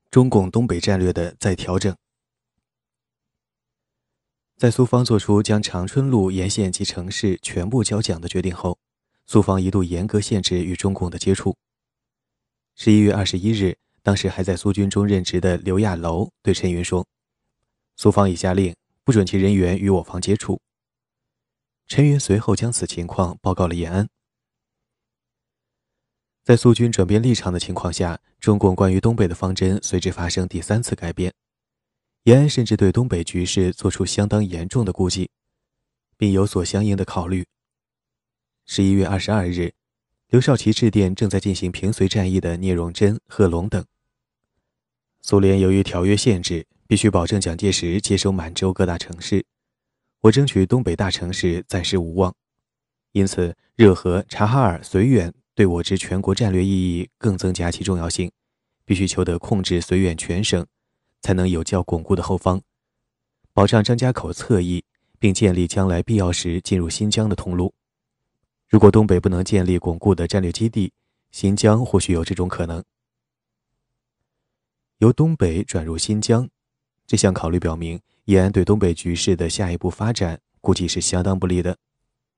中共东北战略的再调整。在苏方做出将长春路沿线及城市全部交蒋的决定后，苏方一度严格限制与中共的接触。11月21日，当时还在苏军中任职的刘亚楼对陈云说：“苏方已下令，不准其人员与我方接触。”陈云随后将此情况报告了延安。在苏军转变立场的情况下，中共关于东北的方针随之发生第3次改变。延安甚至对东北局势做出相当严重的估计，并有所相应的考虑。11月22日，刘少奇致电正在进行平绥战役的聂荣臻、贺龙等。苏联由于条约限制，必须保证蒋介石接收满洲各大城市，我争取东北大城市暂时无望，因此热河、察哈尔、绥远对我之全国战略意义更增加其重要性，必须求得控制绥远全省，才能有较巩固的后方，保障张家口侧翼，并建立将来必要时进入新疆的通路。如果东北不能建立巩固的战略基地，新疆或许有这种可能。由东北转入新疆，这项考虑表明，延安对东北局势的下一步发展估计是相当不利的。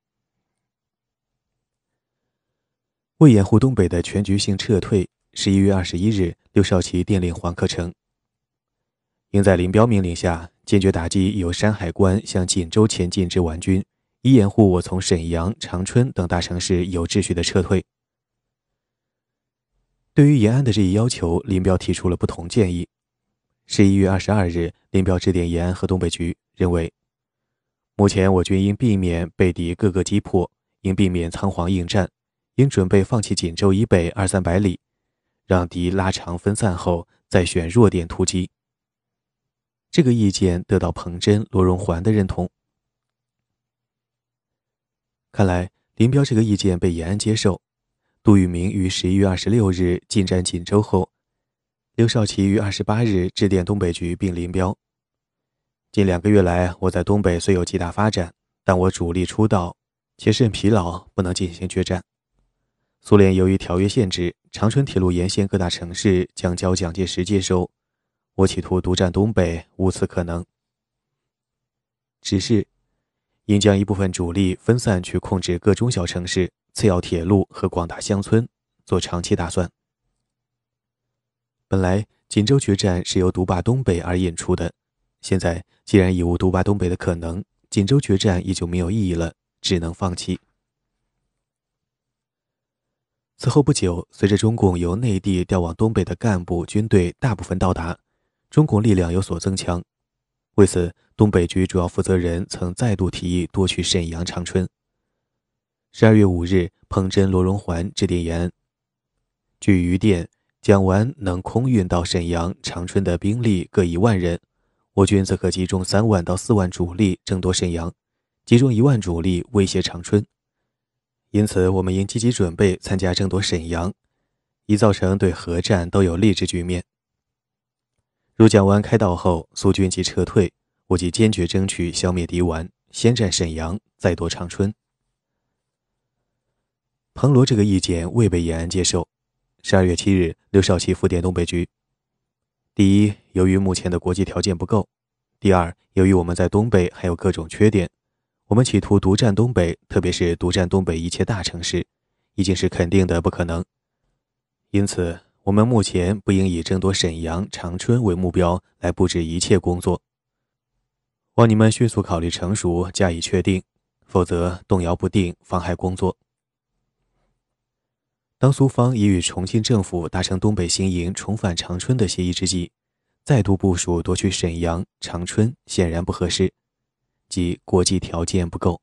为掩护东北的全局性撤退，11月21日，刘少奇电令黄克诚，应在林彪命令下，坚决打击由山海关向锦州前进之顽军，以掩护我从沈阳、长春等大城市有秩序的撤退。对于延安的这一要求，林彪提出了不同建议。11月22日，林彪致电延安和东北局，认为目前我军应避免被敌各个击破，应避免仓皇应战，应准备放弃锦州以北200-300里，让敌拉长分散后再选弱点突击。这个意见得到彭真、罗荣桓的认同。看来林彪这个意见被延安接受。杜聿明于11月26日进占锦州后，刘少奇于28日致电东北局并林彪，近2个月来，我在东北虽有极大发展，但我主力出道，且甚疲劳，不能进行决战。苏联由于条约限制，长春铁路沿线各大城市将交蒋介石接收，我企图独占东北，无此可能。只是应将一部分主力分散去控制各中小城市、次要铁路和广大乡村，做长期打算。本来锦州决战是由独霸东北而引出的，现在既然已无独霸东北的可能，锦州决战也就没有意义了，只能放弃。此后不久，随着中共由内地调往东北的干部、军队大部分到达，中共力量有所增强。为此，东北局主要负责人曾再度提议夺取沈阳、长春。12月5日，彭真、罗荣桓致电延安，据余电，蒋顽能空运到沈阳、长春的兵力各1万人，我军则可集中3万到4万主力争夺沈阳，集中1万主力威胁长春。因此，我们应积极准备参加争夺沈阳，以造成对核战都有利之局面。如蒋顽开道后，苏军即撤退，我即坚决争取消灭敌顽，先占沈阳，再夺长春。彭罗这个意见未被延安接受。12月7日，刘少奇复电东北局：第一，由于目前的国际条件不够；第二，由于我们在东北还有各种缺点，我们企图独占东北，特别是独占东北一切大城市，已经是肯定的不可能。因此，我们目前不应以争夺沈阳、长春为目标来布置一切工作。望你们迅速考虑成熟，加以确定，否则动摇不定，妨害工作。当苏方已与重庆政府达成东北行营重返长春的协议之际，再度部署夺取沈阳、长春显然不合适，即国际条件不够。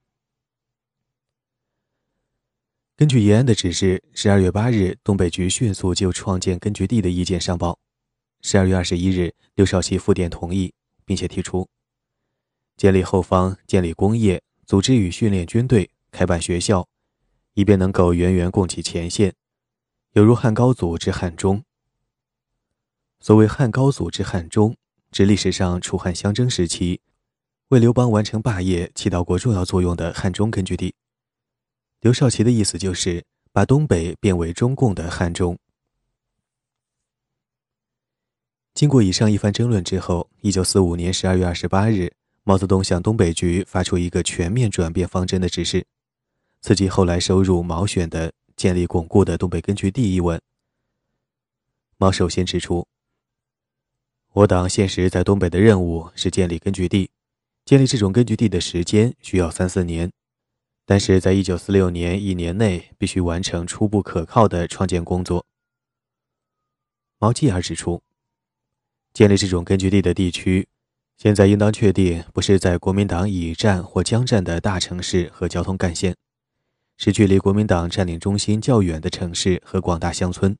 根据延安的指示，12月8日，东北局迅速就创建根据地的意见上报。12月21日，刘少奇复电同意，并且提出建立后方，建立工业，组织与训练军队，开办学校，以便能够源源供给前线，犹如汉高祖之汉中。所谓汉高祖之汉中，指历史上楚汉相争时期为刘邦完成霸业起到过重要作用的汉中根据地。刘少奇的意思就是把东北变为中共的汉中。 经过以上一番争论之后，1945年12月28日，毛泽东向东北局发出一个全面转变方针的指示，刺激后来收入毛选的建立巩固的东北根据地一文。毛首先指出，我党现时在东北的任务是建立根据地，建立这种根据地的时间需要3-4年，但是在1946年1年内必须完成初步可靠的创建工作。毛继而指出，建立这种根据地的地区，现在应当确定不是在国民党已占或将占的大城市和交通干线，是距离国民党占领中心较远的城市和广大乡村。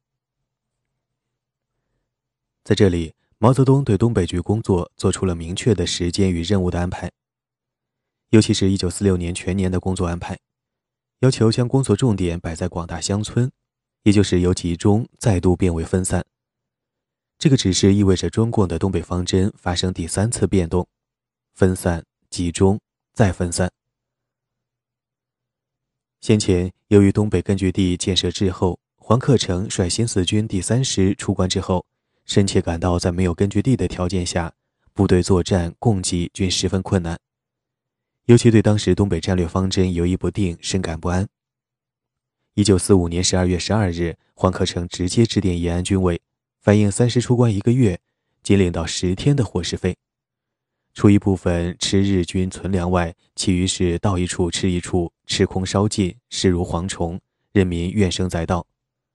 在这里，毛泽东对东北局工作做出了明确的时间与任务的安排，尤其是1946年全年的工作安排，要求将工作重点摆在广大乡村，也就是由集中再度变为分散。这个指示意味着中共的东北方针发生第3次变动，分散、集中、再分散。先前由于东北根据地建设滞后，黄克诚率新四军第3师出关之后，深切感到在没有根据地的条件下，部队作战供给均十分困难，尤其对当时东北战略方针游移不定深感不安。1945年12月12日，黄克诚直接致电延安军委，反映3师出关1个月，仅领到10天的伙食费，除一部分吃日军存粮外，其余是到一处吃一处，吃空烧尽，视如蝗虫，人民怨声载道。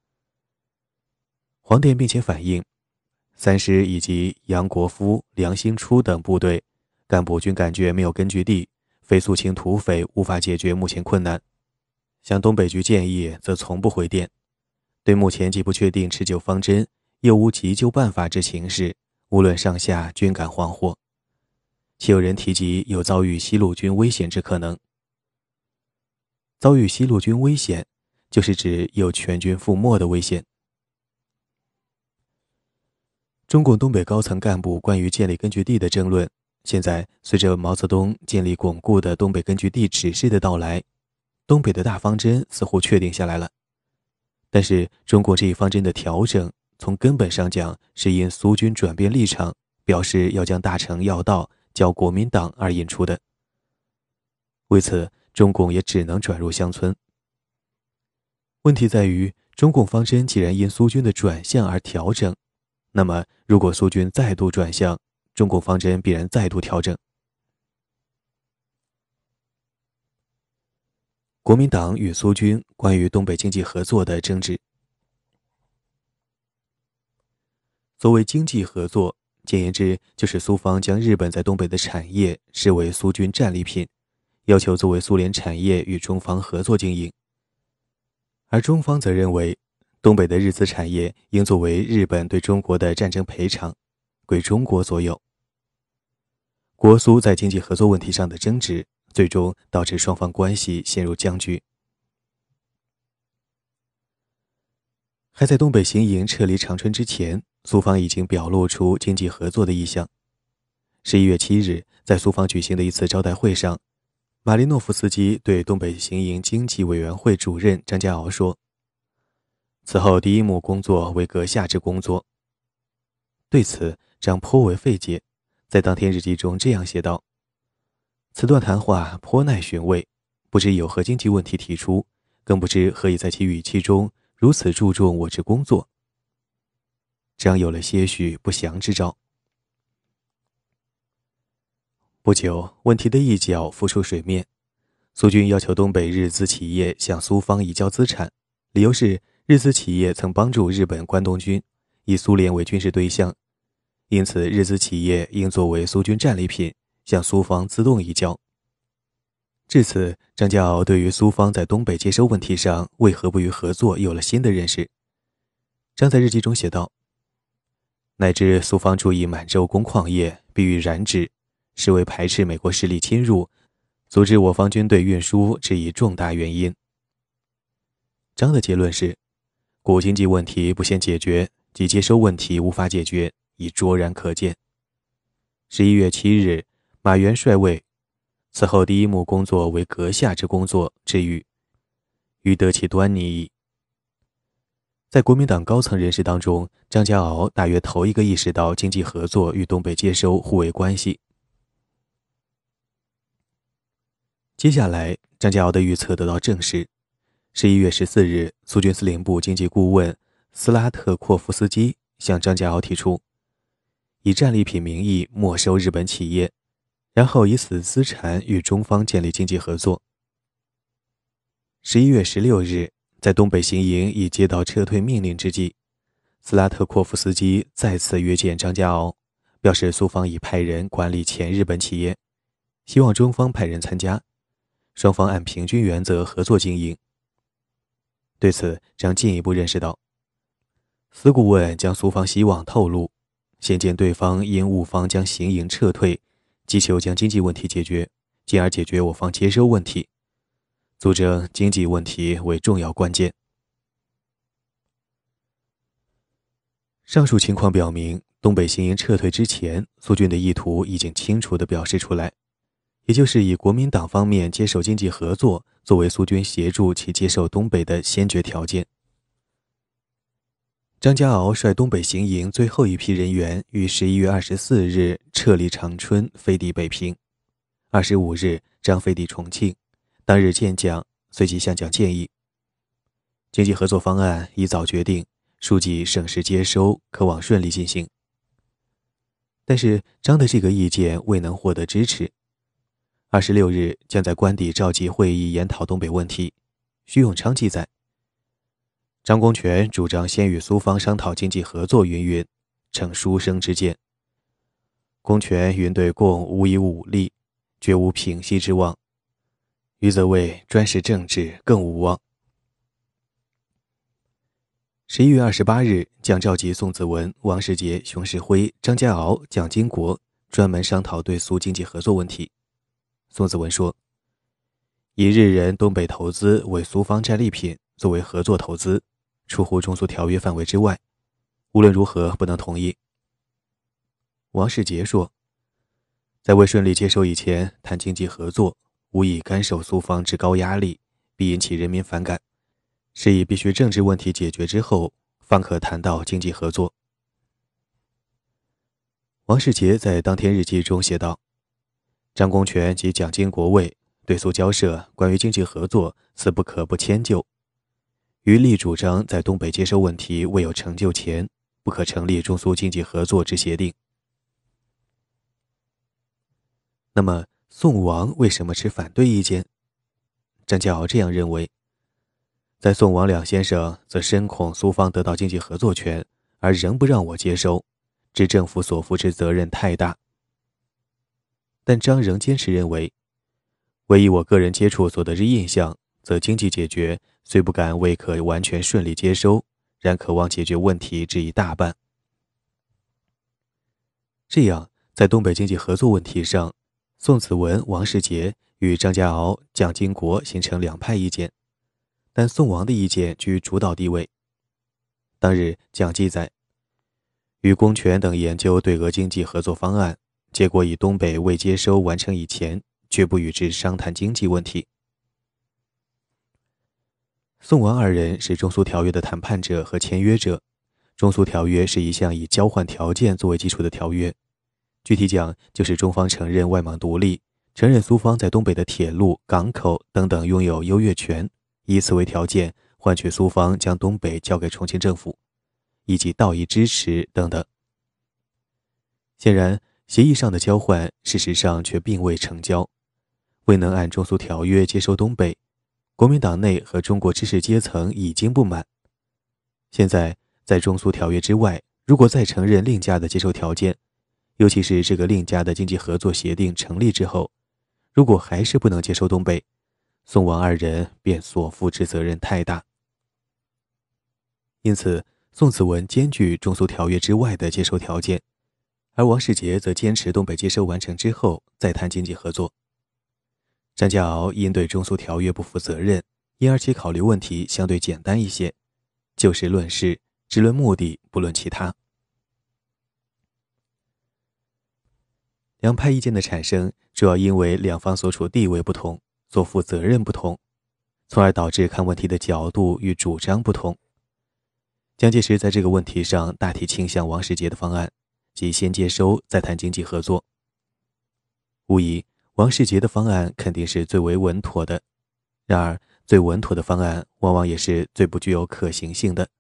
黄电并且反映3师以及杨国夫、梁兴初等部队干部均感觉没有根据地，非肃清土匪无法解决目前困难，向东北局建议则从不回电，对目前既不确定持久方针，又无急救办法之情势，无论上下均感惶惑。且有人提及有遭遇西路军危险之可能。遭遇西路军危险，就是指有全军覆没的危险。中共东北高层干部关于建立根据地的争论，现在随着毛泽东建立巩固的东北根据地指示的到来，东北的大方针似乎确定下来了。但是中共这一方针的调整，从根本上讲是因苏军转变立场，表示要将大城要道交国民党而引出的。为此，中共也只能转入乡村。问题在于，中共方针既然因苏军的转向而调整，那么如果苏军再度转向，中共方针必然再度调整。国民党与苏军关于东北经济合作的争执。所谓经济合作，简言之就是苏方将日本在东北的产业视为苏军战利品，要求作为苏联产业与中方合作经营。而中方则认为，东北的日资产业应作为日本对中国的战争赔偿，归中国所有。国苏在经济合作问题上的争执，最终导致双方关系陷入僵局。还在东北行营撤离长春之前，苏方已经表露出经济合作的意向。11月7日，在苏方举行的一次招待会上，马林诺夫斯基对东北行营经济委员会主任张家敖说，此后第一幕工作为阁下之工作。对此，张颇为费解，在当天日记中这样写道，此段谈话颇耐寻味，不知有何经济问题提出，更不知何以在其语气中如此注重我之工作。张有了些许不祥之兆。不久，问题的一角浮出水面，苏军要求东北日资企业向苏方移交资产，理由是日资企业曾帮助日本关东军，以苏联为军事对象，因此日资企业应作为苏军战利品，向苏方自动移交。至此，张家敖对于苏方在东北接收问题上为何不予合作有了新的认识。张在日记中写道，乃至苏方注意满洲工矿业，必予染指，是为排斥美国势力侵入，阻止我方军队运输之一重大原因。张的结论是，古经济问题不先解决，及接收问题无法解决，已卓然可见。11月7日，马援帅位，此后第一幕工作为阁下之工作之语，欲得其端倪矣。 在国民党高层人士当中，张家敖大约头一个意识到经济合作与东北接收互为关系。接下来，张家敖的预测得到证实。11月14日，苏军司令部经济顾问斯拉特霍夫斯基向张家敖提出，以战利品名义没收日本企业，然后以此资产与中方建立经济合作。11月16日，在东北行营已接到撤退命令之际，斯拉特霍夫斯基再次约见张家敖，表示苏方已派人管理前日本企业，希望中方派人参加，双方按平均原则合作经营。对此，张进一步认识到，司顾问将苏方希望透露，显见对方因我方将行营撤退，急求将经济问题解决，进而解决我方接收问题，足证经济问题为重要关键。上述情况表明，东北行营撤退之前，苏军的意图已经清楚地表示出来，也就是以国民党方面接受经济合作作为苏军协助其接受东北的先决条件。张家敖率东北行营最后一批人员于11月24日撤离长春，飞抵北平。25日张飞抵重庆，当日见蒋，随即向蒋建议，经济合作方案已早决定，书记省时接收，可望顺利进行。但是张的这个意见未能获得支持。26日将在官邸召集会议研讨东北问题。徐永昌记载，张公权主张先与苏方商讨经济合作云云，呈书生之见。公权云对共无以武力，绝无平息之望。余则谓专事政治更无望。11月28日将召集宋子文、王世杰、熊式辉、张家敖、蒋经国，专门商讨对苏经济合作问题。宋子文说，以日人东北投资为苏方战利品作为合作投资，出乎中苏条约范围之外，无论如何不能同意。王世杰说，在未顺利接收以前谈经济合作，无意干受苏方之高压力，必引起人民反感，是以必须政治问题解决之后，方可谈到经济合作。王世杰在当天日记中写道，张公权及蒋经国谓，对苏交涉关于经济合作，此不可不迁就。余力主张在东北接收问题未有成就前，不可成立中苏经济合作之协定。那么宋王为什么持反对意见？张家敖这样认为，在宋王两先生则深恐苏方得到经济合作权，而仍不让我接收，致政府所负之责任太大。但张仍坚持认为，唯以我个人接触所得之印象，则经济解决虽不敢未可完全顺利接收，然可望解决问题之一大半。这样，在东北经济合作问题上，宋子文、王世杰与张家敖、蒋经国形成两派意见，但宋王的意见居主导地位。当日蒋记载，与公权等研究对俄经济合作方案，结果以东北未接收完成以前，绝不与之商谈经济问题。宋王二人是中苏条约的谈判者和签约者。中苏条约是一项以交换条件作为基础的条约，具体讲就是中方承认外蒙独立，承认苏方在东北的铁路、港口等等拥有优越权，以此为条件换取苏方将东北交给重庆政府，以及道义支持等等。显然，协议上的交换事实上却并未成交，未能按中苏条约接收东北，国民党内和中国知识阶层已经不满。现在在中苏条约之外，如果再承认另加的接收条件，尤其是这个另加的经济合作协定成立之后，如果还是不能接收东北，宋王二人便所负之责任太大。因此，宋子文坚拒中苏条约之外的接收条件，而王世杰则坚持东北接收完成之后再谈经济合作。张家敖因对中苏条约不负责任，因而其考虑问题相对简单一些，就事论事，只论目的，不论其他。两派意见的产生，主要因为两方所处地位不同，所负责任不同，从而导致看问题的角度与主张不同。 蒋介石在这个问题上大体倾向王世杰的方案，即先接收再谈经济合作。无疑，王世杰的方案肯定是最为稳妥的，然而最稳妥的方案往往也是最不具有可行性的。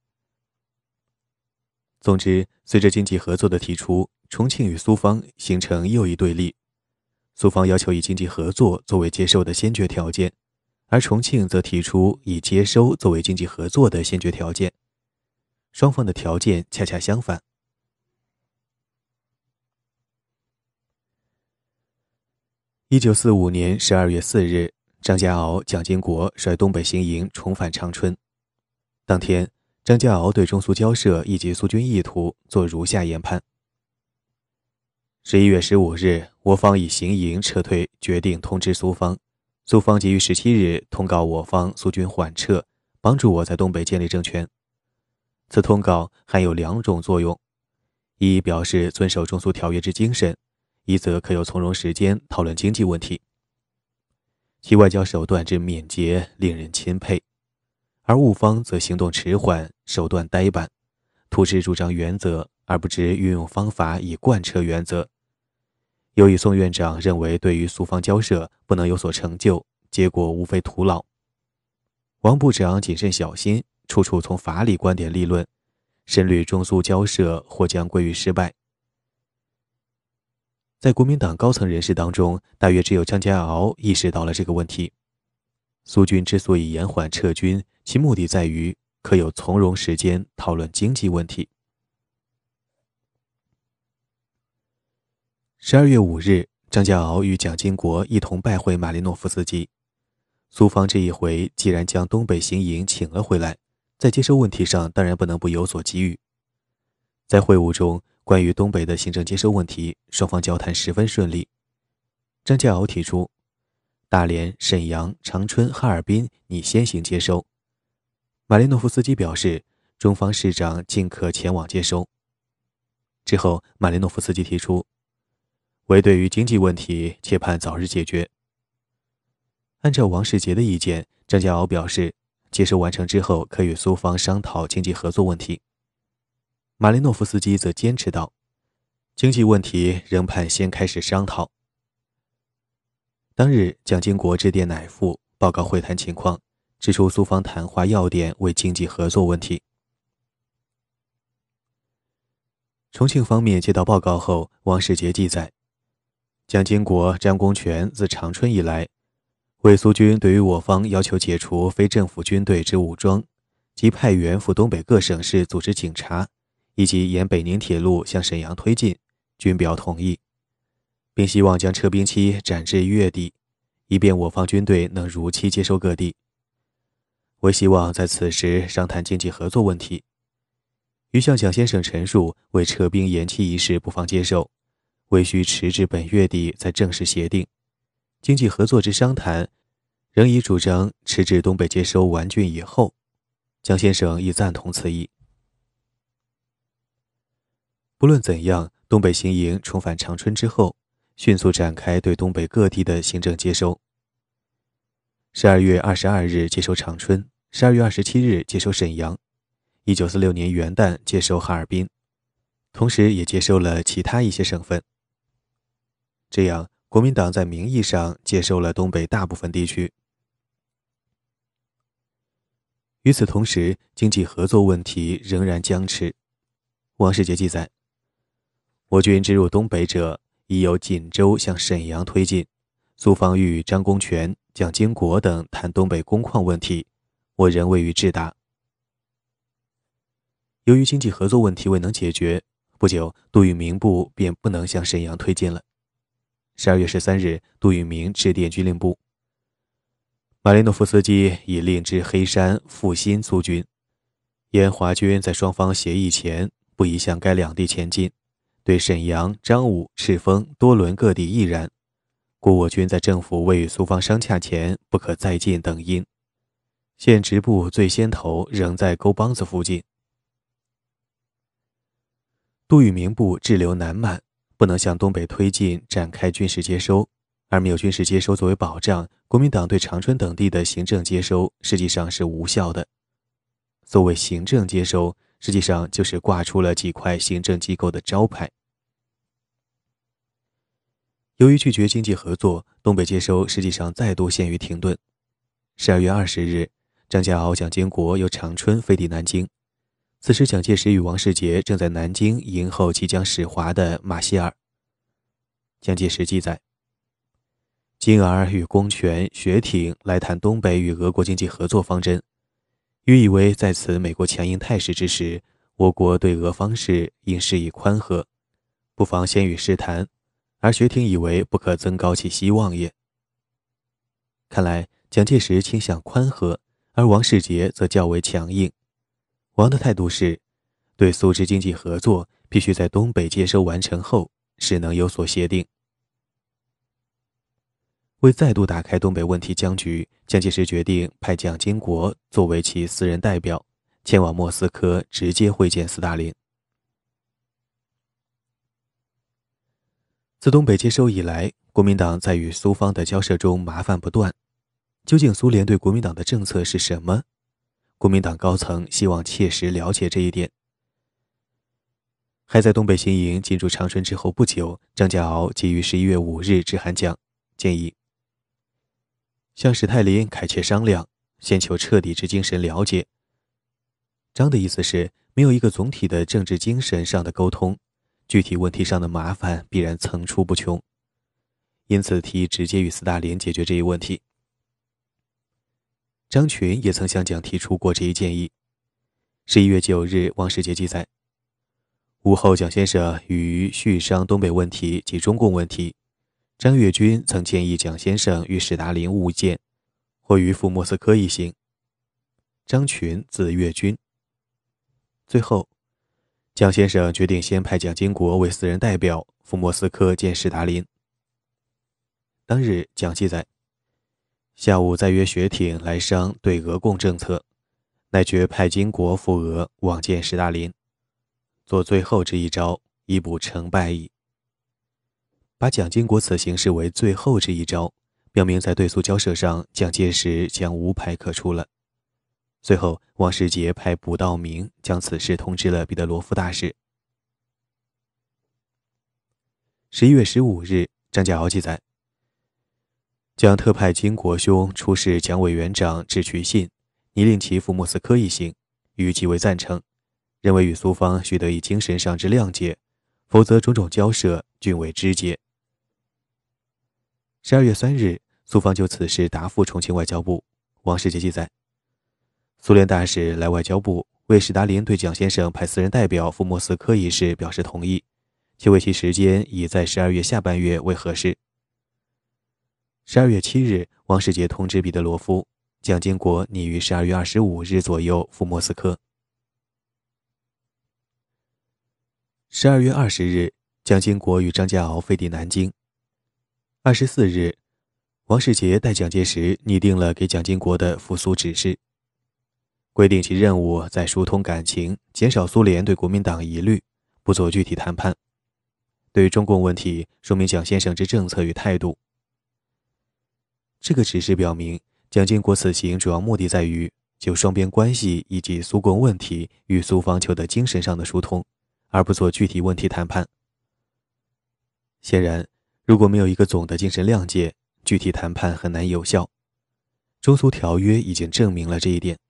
总之，随着经济合作的提出，重庆与苏方形成又一对立。苏方要求以经济合作作为接收的先决条件，而重庆则提出以接收作为经济合作的先决条件。双方的条件恰恰相反。1945年12月4日，张家敖、蒋经国率东北行营重返长春。当天，张家敖对中苏交涉以及苏军意图作如下研判：11月15日，我方以行营撤退决定通知苏方，苏方即于17日通告我方苏军缓撤，帮助我在东北建立政权。此通告含有两种作用：一，表示遵守中苏条约之精神；一则可有从容时间讨论经济问题。其外交手段之敏捷令人钦佩，而兀方则行动迟缓，手段呆板，图之主张原则，而不知运用方法以贯彻原则。由于宋院长认为对于苏方交涉不能有所成就，结果无非徒劳。王部长谨慎小心，处处从法理观点立论，深虑中苏交涉或将归于失败。在国民党高层人士当中，大约只有张家敖意识到了这个问题。苏军之所以延缓撤军，其目的在于可有从容时间讨论经济问题。12月5日，张家敖与蒋经国一同拜会马林诺夫斯基。苏方这一回既然将东北行营请了回来，在接收问题上当然不能不有所给予。在会晤中，关于东北的行政接收问题，双方交谈十分顺利。张家敖提出，大连、沈阳、长春、哈尔滨拟先行接收。马林诺夫斯基表示，中方市长尽可前往接收。之后，马林诺夫斯基提出，唯对于经济问题，切盼早日解决。按照王世杰的意见，张家敖表示，接收完成之后，可与苏方商讨经济合作问题。马林诺夫斯基则坚持道，经济问题仍盼先开始商讨。当日，蒋经国致电乃父，报告会谈情况，指出苏方谈话要点为经济合作问题。重庆方面接到报告后，王世杰记载，蒋经国、张公权自长春以来，为苏军对于我方要求解除非政府军队之武装，及派员赴东北各省市组织警察，以及沿北宁铁路向沈阳推进，均表同意，并希望将撤兵期展至月底，以便我方军队能如期接收各地。我希望在此时商谈经济合作问题。于向蒋先生陈述，为撤兵延期一事不妨接受，唯需迟至本月底再正式协定。经济合作之商谈，仍以主张迟至东北接收完竣以后。蒋先生亦赞同此意。不论怎样，东北行营重返长春之后，迅速展开对东北各地的行政接收。12月22日接收长春，12月27日接收沈阳，1946年元旦接收哈尔滨，同时也接收了其他一些省份。这样，国民党在名义上接收了东北大部分地区。与此同时，经济合作问题仍然僵持。王世杰记载，我军直入东北者，已由锦州向沈阳推进，苏方欲与张公权、蒋经国等谈东北工矿问题，我仍未予致答。由于经济合作问题未能解决，不久杜聿明部便不能向沈阳推进了。12月13日，杜聿明致电军令部，马林诺夫斯基已令至黑山复兴苏军，沿华军在双方协议前不宜向该两地前进，对沈阳、彰武、赤峰、多伦各地亦然，故我军在政府未与苏方商洽前不可再进等因。现直部最先头仍在沟帮子附近。杜聿明部滞留南满，不能向东北推进展开军事接收，而没有军事接收作为保障，国民党对长春等地的行政接收实际上是无效的。所谓行政接收， 实际上就是挂出了几块行政机构的招牌。由于拒绝经济合作，东北接收实际上再度陷于停顿。12月20日，张家敖、蒋经国由长春飞抵南京。此时，蒋介石与王世杰正在南京迎候即将驶华的马歇尔。蒋介石记载：今儿与公权、学挺来谈东北与俄国经济合作方针，予以为在此美国强硬态势之时，我国对俄方式应施以宽和，不妨先与试谈，而学挺以为不可增高其希望也。看来蒋介石倾向宽和，而王世杰则较为强硬。王的态度是，对苏之经济合作必须在东北接收完成后，使能有所协定。为再度打开东北问题僵局，蒋介石决定派蒋经国作为其私人代表，前往莫斯科直接会见斯大林。自东北接收以来，国民党在与苏方的交涉中麻烦不断。究竟苏联对国民党的政策是什么？国民党高层希望切实了解这一点。还在东北行营进驻长春之后不久，张家敖即于11月5日致函蒋，建议向史泰林、凯切商量，先求彻底之精神了解。张的意思是，没有一个总体的政治精神上的沟通，具体问题上的麻烦必然层出不穷，因此提议直接与斯大林解决这一问题。张群也曾向蒋提出过这一建议。11月9日，王世杰记载：午后，蒋先生与叙商东北问题及中共问题，张岳军曾建议蒋先生与史达林晤见，或于赴莫斯科一行。张群字岳军。最后，蒋先生决定先派蒋经国为私人代表赴莫斯科见史达林。当日，蒋记载：下午再约学挺来商对俄共政策，乃决派经国赴俄往见史大林，做最后之一招，以补成败矣。把蒋经国此行视为最后之一招，表明在对苏交涉上，蒋介石将无牌可出了。随后，王世杰派卜道明将此事通知了彼得罗夫大使。11月15日，张家敖记载：蒋特派经国兄出示蒋委员长致渠信，拟令其赴莫斯科一行，予极为赞成，认为与苏方须得以精神上之谅解，否则种种交涉均为枝节。12月3日，苏方就此事答复重庆外交部。王世杰记载：苏联大使来外交部，为史达林对蒋先生派私人代表赴莫斯科一事表示同意，且为其时间已在12月下半月为合适。12月7日，王世杰通知彼得罗夫，蒋经国拟于12月25日左右赴莫斯科。12月20日，蒋经国与张家敖飞抵南京。24日，王世杰代蒋介石拟定了给蒋经国的赴苏指示，规定其任务在疏通感情，减少苏联对国民党疑虑，不做具体谈判。对于中共问题，说明蒋先生之政策与态度。这个指示表明，蒋经国此行主要目的在于就双边关系以及苏共问题与苏方求得精神上的疏通，而不做具体问题谈判。显然，如果没有一个总的精神谅解，具体谈判很难有效。中苏条约已经证明了这一点。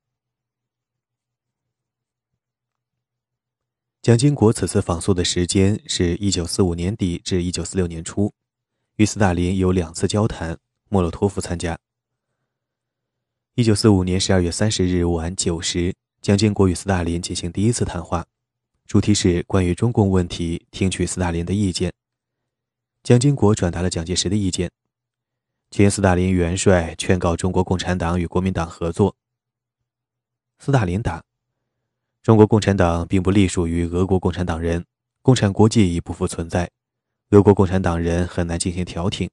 蒋经国此次访苏的时间是1945年底至1946年初，与斯大林有2次交谈，莫洛托夫参加。1945年12月30日晚9时，蒋经国与斯大林进行第一次谈话，主题是关于中共问题，听取斯大林的意见。蒋经国转达了蒋介石的意见，请斯大林元帅劝告中国共产党与国民党合作。斯大林答：中国共产党并不隶属于俄国共产党人，共产国际已不复存在，俄国共产党人很难进行调停。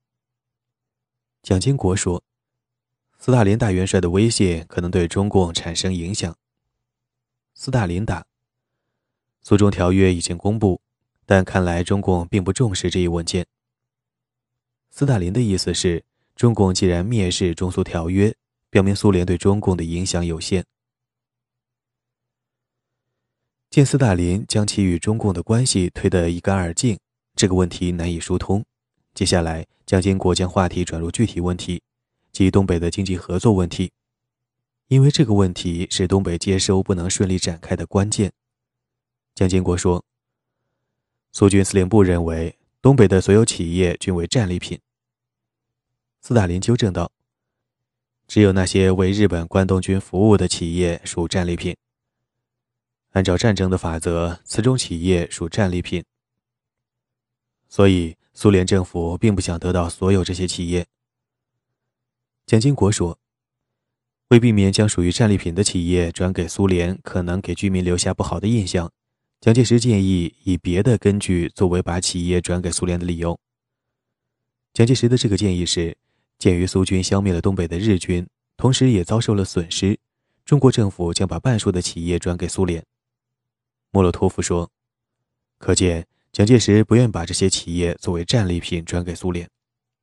蒋经国说，斯大林大元帅的威胁可能对中共产生影响。斯大林答：苏中条约已经公布，但看来中共并不重视这一文件。斯大林的意思是，中共既然蔑视中苏条约，表明苏联对中共的影响有限。 见斯大林将其与中共的关系推得一干二净，这个问题难以疏通。接下来，蒋经国将话题转入具体问题，即东北的经济合作问题，因为这个问题是东北接收不能顺利展开的关键。蒋经国说，苏军司令部认为东北的所有企业均为战利品。斯大林纠正道，只有那些为日本关东军服务的企业属战利品。按照战争的法则，此种企业属战利品。所以，苏联政府并不想得到所有这些企业。蒋经国说，为避免将属于战利品的企业转给苏联可能给居民留下不好的印象，蒋介石建议以别的根据作为把企业转给苏联的理由。蒋介石的这个建议是，鉴于苏军消灭了东北的日军，同时也遭受了损失，中国政府将把半数的企业转给苏联。莫洛托夫说，可见蒋介石不愿把这些企业作为战利品转给苏联。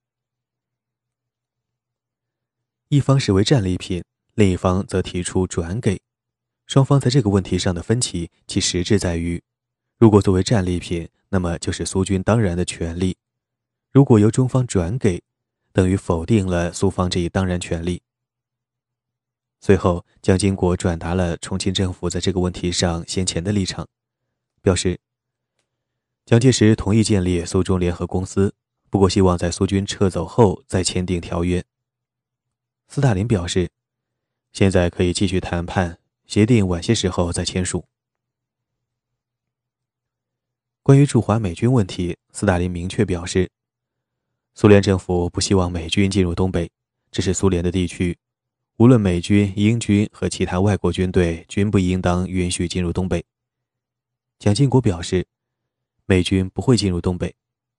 一方视为战利品，另一方则提出转给。双方在这个问题上的分歧，其实质在于，如果作为战利品，那么就是苏军当然的权利；如果由中方转给，等于否定了苏方这一当然权利。随后，蒋经国转达了重庆政府在这个问题上先前的立场，表示蒋介石同意建立苏中联合公司，不过希望在苏军撤走后再签订条约。斯大林表示，现在可以继续谈判，协定晚些时候再签署。关于驻华美军问题，斯大林明确表示，苏联政府不希望美军进入东北，这是苏联的地区，无论美军、英军和其他外国军队均不应当允许进入东北。蒋经国表示，美军不会进入东北。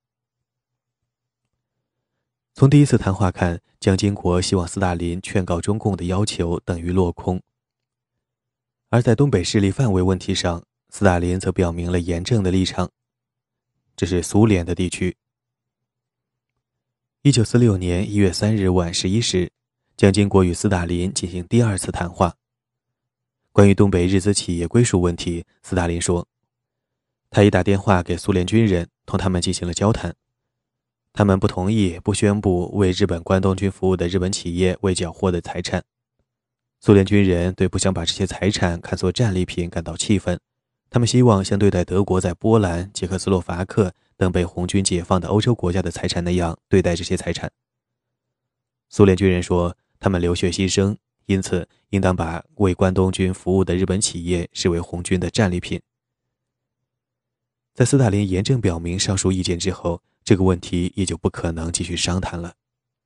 从第一次谈话看，蒋经国希望斯大林劝告中共的要求等于落空。而在东北势力范围问题上，斯大林则表明了严正的立场，这是苏联的地区。1946年1月3日晚11时，蒋经国与斯大林进行第二次谈话。关于东北日资企业归属问题，斯大林说，他已打电话给苏联军人，同他们进行了交谈。他们不同意不宣布为日本关东军服务的日本企业未缴获的财产。苏联军人对不想把这些财产看作战利品感到气愤，他们希望像对待德国在波兰、捷克斯洛伐克等被红军解放的欧洲国家的财产那样对待这些财产。苏联军人说，他们流血牺牲，因此应当把为关东军服务的日本企业视为红军的战利品。在斯大林严正表明上述意见之后，这个问题也就不可能继续商谈了。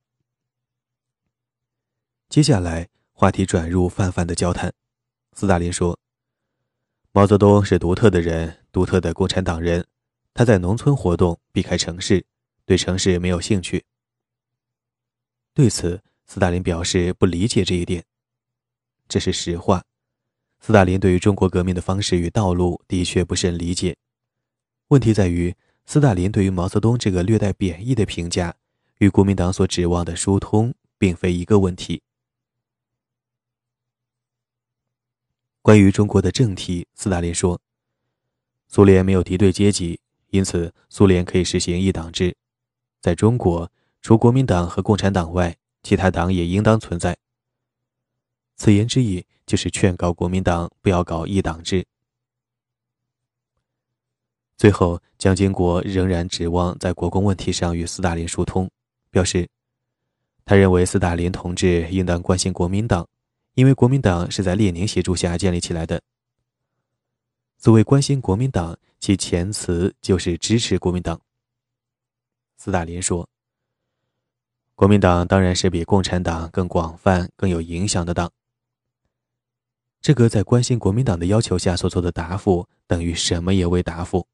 接下来，话题转入泛泛的交谈。斯大林说，毛泽东是独特的人，独特的共产党人，他在农村活动，避开城市，对城市没有兴趣。对此，斯大林表示不理解这一点。这是实话，斯大林对于中国革命的方式与道路的确不甚理解。问题在于，斯大林对于毛泽东这个略带贬义的评价，与国民党所指望的疏通并非一个问题。关于中国的政体，斯大林说，苏联没有敌对阶级，因此苏联可以实行一党制。在中国，除国民党和共产党外，其他党也应当存在。此言之意就是劝告国民党不要搞一党制。最后，蒋经国仍然指望在国共问题上与斯大林疏通，表示他认为斯大林同志应当关心国民党，因为国民党是在列宁协助下建立起来的。所谓关心国民党，其前词就是支持国民党。斯大林说，国民党当然是比共产党更广泛、更有影响的党。这个在关心国民党的要求下所做的答复，等于什么也未答复。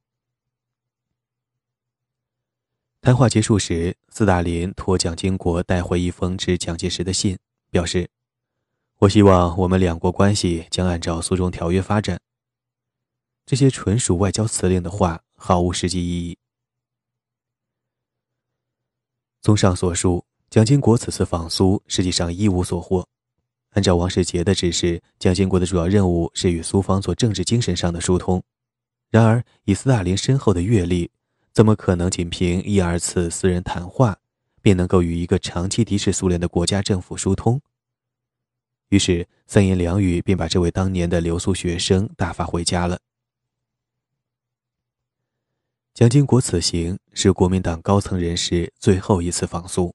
谈话结束时，斯大林托蒋经国带回一封致蒋介石的信，表示，我希望我们两国关系将按照苏中条约发展。这些纯属外交辞令的话，毫无实际意义。综上所述，蒋经国此次访苏实际上一无所获。 按照王世杰的指示，蒋经国的主要任务是与苏方做政治精神上的疏通。然而，以斯大林深厚的阅历，怎么可能仅凭1、2次私人谈话，便能够与一个长期敌视苏联的国家政府疏通？于是3言2语便把这位当年的留苏学生打发回家了。蒋经国此行是国民党高层人士最后一次访苏。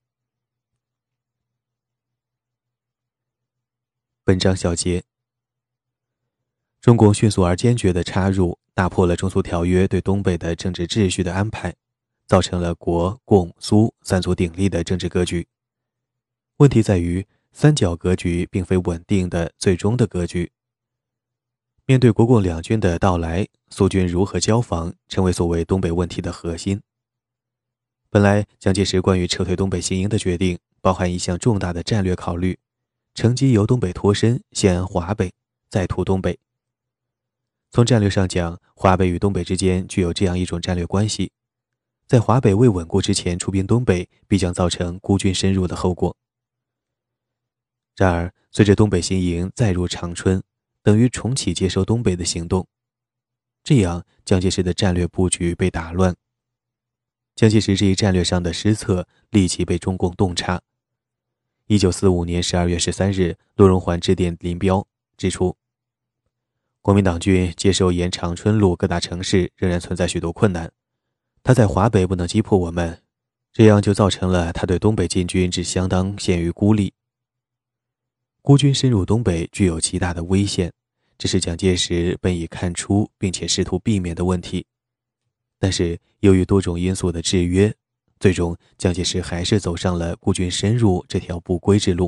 本章小结：中共迅速而坚决地插入，打破了中苏条约对东北的政治秩序的安排，造成了国共苏三足鼎立的政治格局。问题在于，三角格局并非稳定的最终的格局。面对国共两军的到来，苏军如何交防，成为所谓东北问题的核心。本来蒋介石关于撤退东北行营的决定，包含一项重大的战略考虑，乘机由东北脱身，先安华北，再图东北。从战略上讲，华北与东北之间具有这样一种战略关系，在华北未稳固之前出兵东北，必将造成孤军深入的后果。然而，随着东北行营再入长春，等于重启接收东北的行动，这样蒋介石的战略布局被打乱。蒋介石这一战略上的失策立即被中共洞察。1945年12月13日，罗荣桓致电林彪，指出国民党军接收沿长春路各大城市仍然存在许多困难，他在华北不能击破我们，这样就造成了他对东北进军只相当陷于孤立。孤军深入东北具有极大的危险，这是蒋介石本已看出并且试图避免的问题。但是由于多种因素的制约，最终蒋介石还是走上了孤军深入这条不归之路。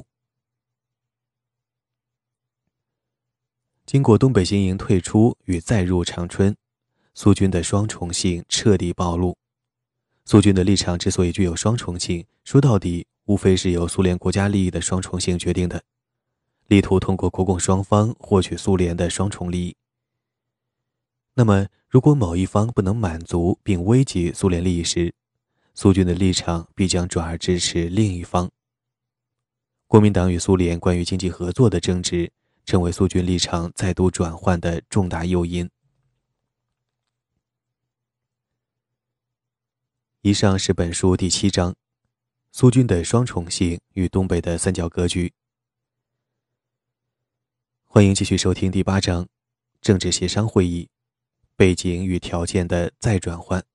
经过东北行营退出与再入长春，苏军的双重性彻底暴露。苏军的立场之所以具有双重性，说到底无非是由苏联国家利益的双重性决定的，力图通过国共双方获取苏联的双重利益。那么，如果某一方不能满足并危及苏联利益时，苏军的立场必将转而支持另一方。国民党与苏联关于经济合作的争执，成为苏军立场再度转换的重大诱因。以上是本书第7章，苏军的双重性与东北的三角格局。欢迎继续收听第8章，政治协商会议，背景与条件的再转换。